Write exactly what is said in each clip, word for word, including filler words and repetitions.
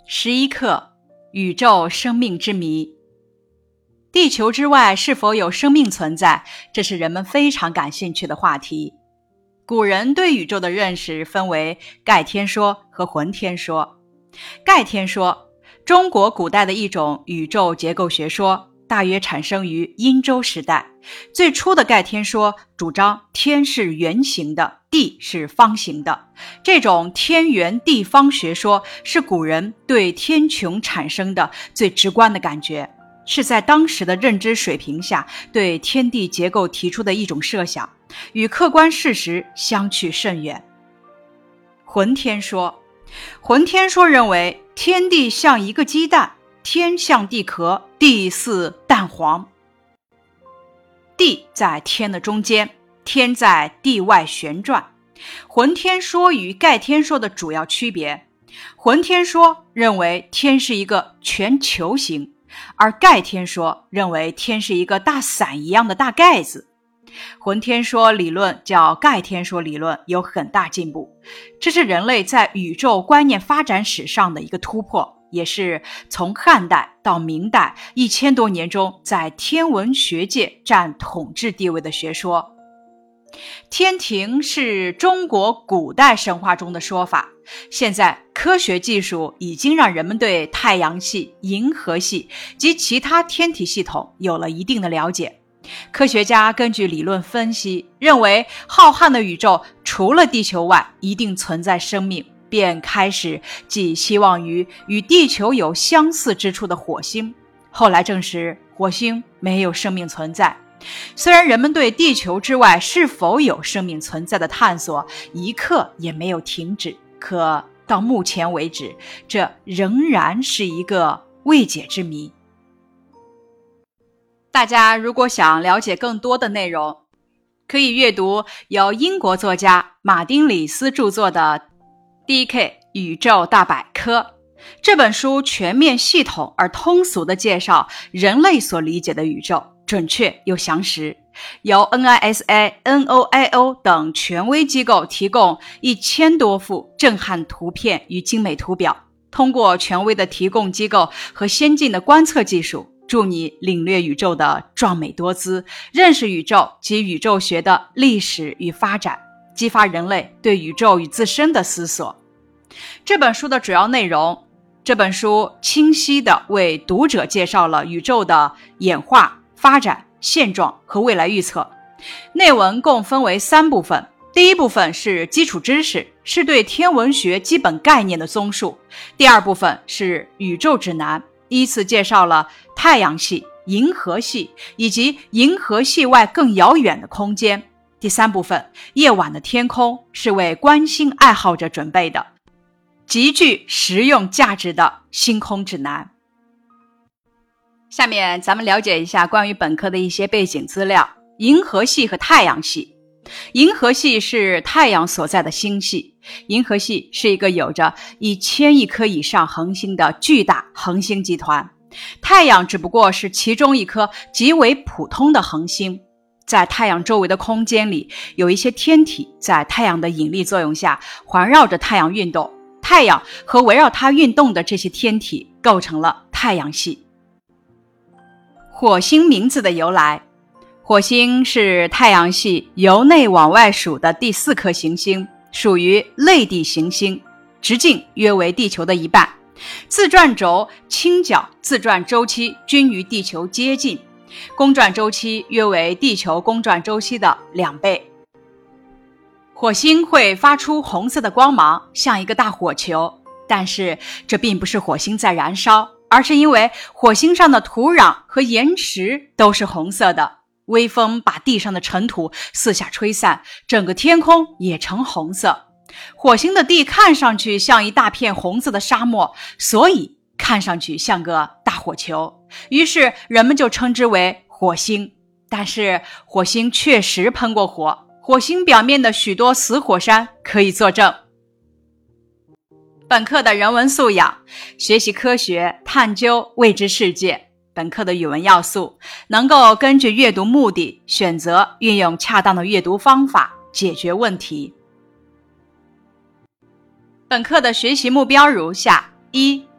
十一课，宇宙生命之谜。地球之外是否有生命存在，这是人们非常感兴趣的话题。古人对宇宙的认识分为盖天说和浑天说。盖天说，中国古代的一种宇宙结构学说，大约产生于殷周时代。最初的盖天说主张天是圆形的，地是方形的。这种天圆地方学说是古人对天穹产生的最直观的感觉，是在当时的认知水平下对天地结构提出的一种设想，与客观事实相去甚远。浑天说，浑天说认为天地像一个鸡蛋，天像地壳，地似蛋黄。地在天的中间，天在地外旋转。浑天说与盖天说的主要区别，浑天说认为天是一个全球形，而盖天说认为天是一个大伞一样的大盖子。浑天说理论较盖天说理论有很大进步，这是人类在宇宙观念发展史上的一个突破，也是从汉代到明代一千多年中在天文学界占统治地位的学说。天庭是中国古代神话中的说法，现在科学技术已经让人们对太阳系、银河系及其他天体系统有了一定的了解。科学家根据理论分析，认为浩瀚的宇宙除了地球外一定存在生命，便开始寄希望于与地球有相似之处的火星。后来证实火星没有生命存在。虽然人们对地球之外是否有生命存在的探索一刻也没有停止，可到目前为止，这仍然是一个未解之谜。大家如果想了解更多的内容，可以阅读由英国作家马丁·李斯著作的 D K 宇宙大百科。这本书全面系统而通俗地介绍人类所理解的宇宙，准确又详实，由 N I S A、N O I O 等权威机构提供一千多幅震撼图片与精美图表。通过权威的提供机构和先进的观测技术，助你领略宇宙的壮美多姿，认识宇宙及宇宙学的历史与发展，激发人类对宇宙与自身的思索。这本书的主要内容，这本书清晰地为读者介绍了宇宙的演化、发展、现状和未来预测。内文共分为三部分，第一部分是基础知识，是对天文学基本概念的综述。第二部分是宇宙指南，依次介绍了太阳系、银河系以及银河系外更遥远的空间。第三部分，夜晚的天空，是为观星爱好者准备的极具实用价值的星空指南。下面咱们了解一下关于本科的一些背景资料。银河系和太阳系。银河系是太阳所在的星系，银河系是一个有着一千亿颗以上恒星的巨大恒星集团，太阳只不过是其中一颗极为普通的恒星。在太阳周围的空间里，有一些天体在太阳的引力作用下环绕着太阳运动，太阳和围绕它运动的这些天体构成了太阳系。火星名字的由来。火星是太阳系由内往外数的第四颗行星，属于类地行星，直径约为地球的一半，自转轴、倾角自转周期均与地球接近，公转周期约为地球公转周期的两倍。火星会发出红色的光芒，像一个大火球，但是这并不是火星在燃烧，而是因为火星上的土壤和岩石都是红色的。微风把地上的尘土四下吹散，整个天空也呈红色。火星的地看上去像一大片红色的沙漠，所以看上去像个大火球，于是人们就称之为火星。但是火星确实喷过火，火星表面的许多死火山可以作证。本课的人文素养，学习科学，探究未知世界。本课的语文要素，能够根据阅读目的选择运用恰当的阅读方法解决问题。本课的学习目标如下：一、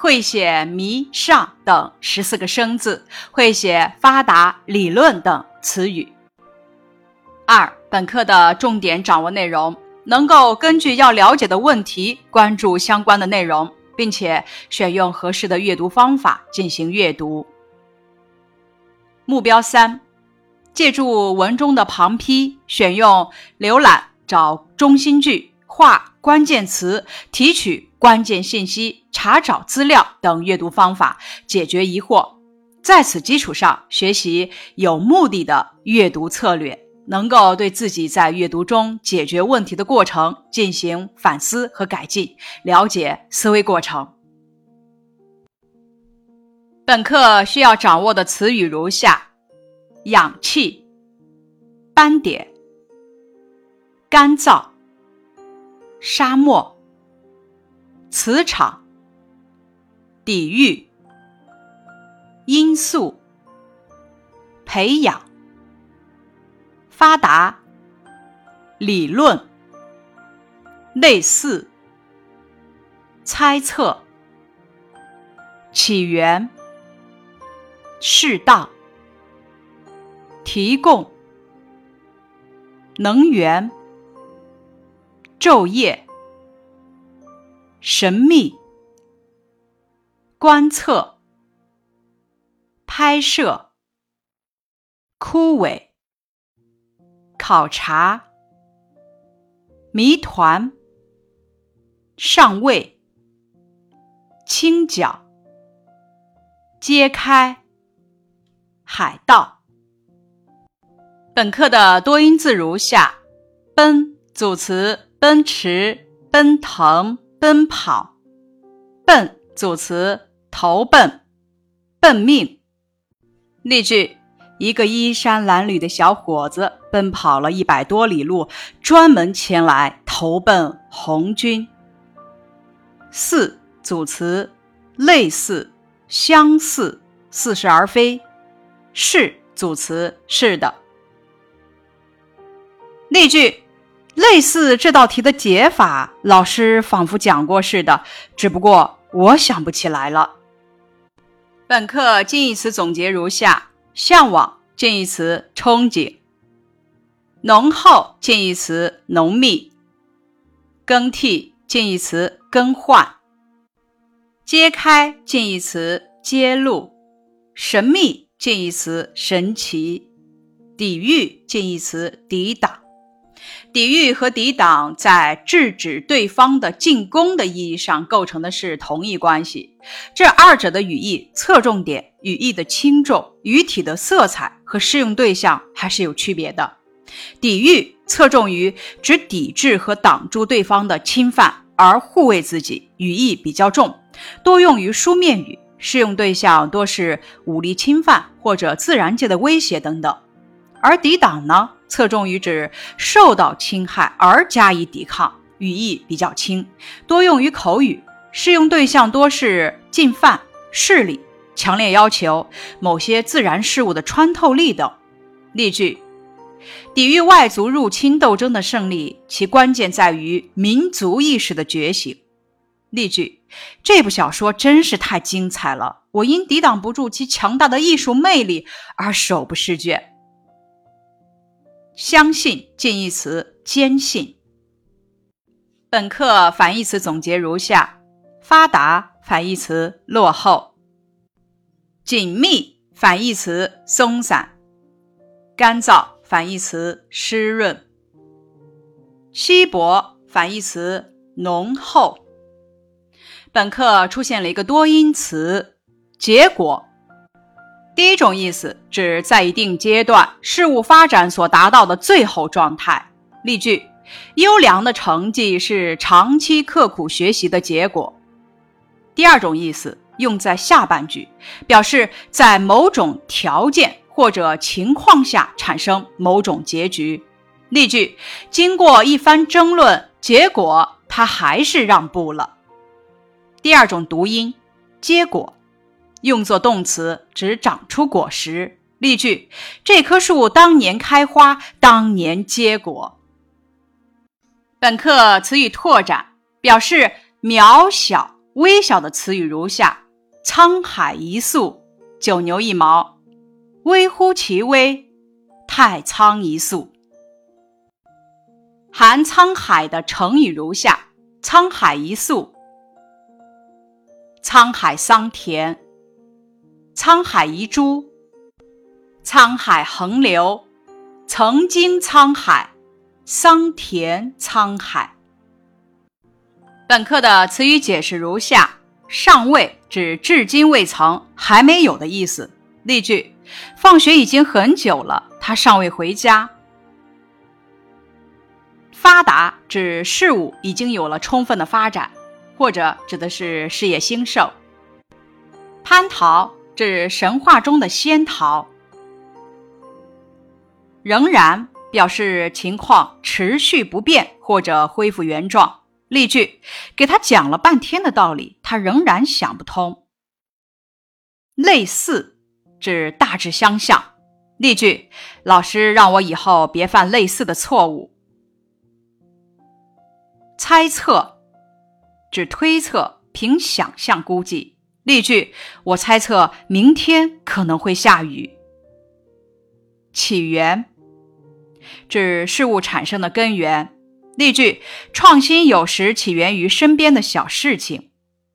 会写弥上等十四个生字，会写发达、理论等词语。二、本课的重点掌握内容，能够根据要了解的问题关注相关的内容，并且选用合适的阅读方法进行阅读。目标三，借助文中的旁批，选用浏览、找中心句、画关键词、提取关键信息、查找资料等阅读方法解决疑惑。在此基础上学习有目的的阅读策略，能够对自己在阅读中解决问题的过程进行反思和改进，了解思维过程。本课需要掌握的词语如下：氧气、斑点、干燥、沙漠、磁场、抵御、因素、培养、发达、理论、类似、猜测、起源、适当、提供、能源、昼夜、神秘、观测、拍摄、枯萎、考察、谜团、上位、清剿、揭开、海盗。本课的多音字如下：奔，组词奔驰、奔腾、奔跑；奔，组词投奔、奔命。例句：一个衣衫褴褛的小伙子奔跑了一百多里路，专门前来投奔红军。似，组词类似、相似、似是而非；是，组词是的。例句：类似这道题的解法，老师仿佛讲过似的，只不过我想不起来了。本课近义词总结如下：向往近义词憧憬，浓厚近义词浓密，更替近义词更换，揭开近义词揭露，神秘近义词神奇，抵御近义词抵挡。抵御和抵挡在制止对方的进攻的意义上构成的是同一关系，这二者的语义侧重点、语义的轻重、语体的色彩和适用对象还是有区别的。抵御侧重于指抵制和挡住对方的侵犯而护卫自己，语义比较重，多用于书面语，适用对象多是武力侵犯或者自然界的威胁等等。而抵挡呢，侧重于指受到侵害而加以抵抗，语义比较轻，多用于口语，适用对象多是进犯、势力、强烈要求、某些自然事物的穿透力等。例句：抵御外族入侵斗争的胜利，其关键在于民族意识的觉醒。例句：这部小说真是太精彩了，我因抵挡不住其强大的艺术魅力而手不释卷。相信近义词坚信。本课反义词总结如下：发达反义词落后，紧密反义词松散，干燥反义词湿润，稀薄反义词浓厚。本课出现了一个多音词结果。第一种意思指在一定阶段事物发展所达到的最后状态。例句：优良的成绩是长期刻苦学习的结果。第二种意思用在下半句，表示在某种条件或者情况下产生某种结局。例句：经过一番争论，结果他还是让步了。第二种读音结果，用作动词，指长出果实。例句：这棵树当年开花，当年结果。本课词语拓展，表示渺小、 微小的词语如下：沧海一粟，九牛一毛；微乎其微，太仓一粟。含沧海的成语如下：沧海一粟，沧海桑田，沧海遗珠，沧海横流，曾经沧海，桑田沧海。本课的词语解释如下：尚未指至今未曾，还没有的意思。例句：放学已经很久了，他尚未回家。发达指事物已经有了充分的发展，或者指的是事业兴盛。蟠桃指神话中的仙桃。仍然表示情况持续不变或者恢复原状。例句：给他讲了半天的道理，他仍然想不通。类似指大致相像。例句：老师让我以后别犯类似的错误。猜测指推测，凭想象估计。例句：我猜测明天可能会下雨。起源指事物产生的根源。例句：创新有时起源于身边的小事情。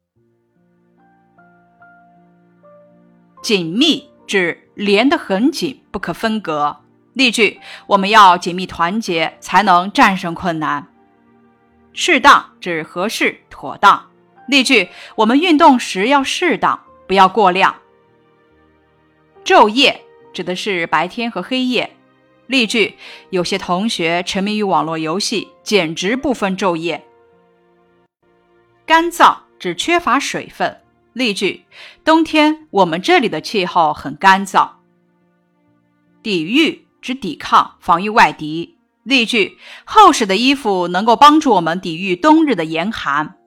紧密指连得很紧，不可分割。例句：我们要紧密团结，才能战胜困难。适当指合适妥当。例句：我们运动时要适当，不要过量。昼夜指的是白天和黑夜。例句：有些同学沉迷于网络游戏，简直不分昼夜。干燥指缺乏水分。例句：冬天我们这里的气候很干燥。抵御指抵抗，防御外敌。例句：厚实的衣服能够帮助我们抵御冬日的严寒。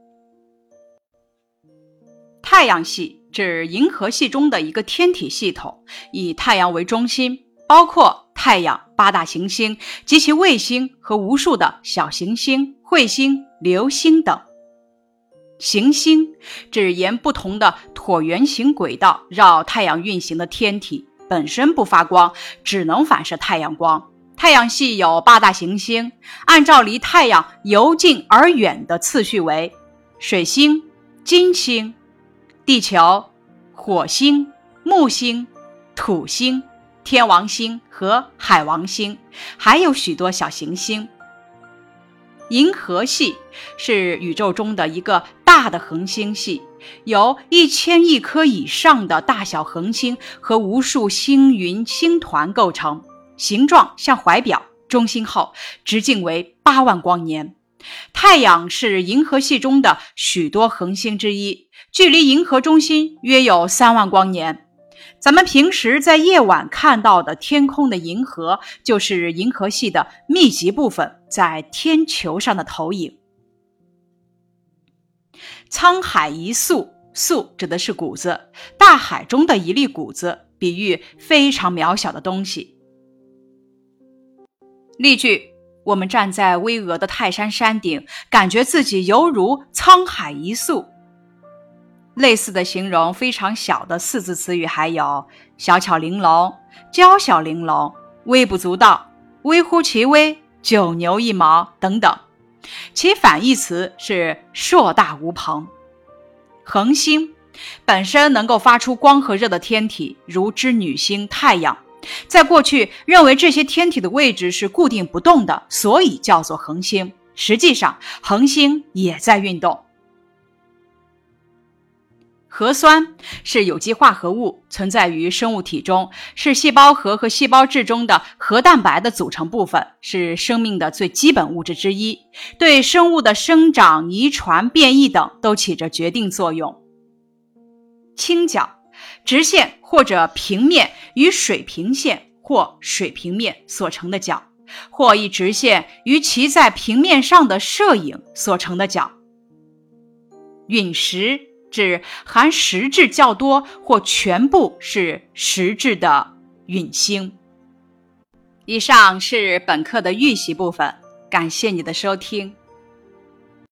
太阳系指银河系中的一个天体系统，以太阳为中心，包括太阳、八大行星及其卫星和无数的小行星、彗星、流星等。行星指沿不同的椭圆形轨道绕太阳运行的天体，本身不发光，只能反射太阳光。太阳系有八大行星，按照离太阳由近而远的次序为水星、金星、地球、火星、木星、土星、天王星和海王星，还有许多小行星。银河系是宇宙中的一个大的恒星系，由一千亿颗以上的大小恒星和无数星云星团构成，形状像怀表，中心后直径为八万光年。太阳是银河系中的许多恒星之一，距离银河中心约有三万光年。咱们平时在夜晚看到的天空的银河，就是银河系的密集部分在天球上的投影。沧海一粟，粟指的是谷子，大海中的一粒谷子，比喻非常渺小的东西。例句：我们站在巍峨的泰山山顶，感觉自己犹如沧海一粟。类似的形容非常小的四字词语还有小巧玲珑、娇小玲珑、微不足道、微乎其微、九牛一毛等等，其反义词是硕大无朋。恒星本身能够发出光和热的天体，如织女星、太阳，在过去认为这些天体的位置是固定不动的，所以叫做恒星。实际上恒星也在运动。核酸是有机化合物，存在于生物体中，是细胞核和细胞质中的核蛋白的组成部分，是生命的最基本物质之一，对生物的生长、遗传、变异等都起着决定作用。倾角，直线或者平面与水平线或水平面所成的角，或一直线与其在平面上的摄影所成的角。陨石指含石质较多或全部是石质的陨星。以上是本课的预习部分，感谢你的收听。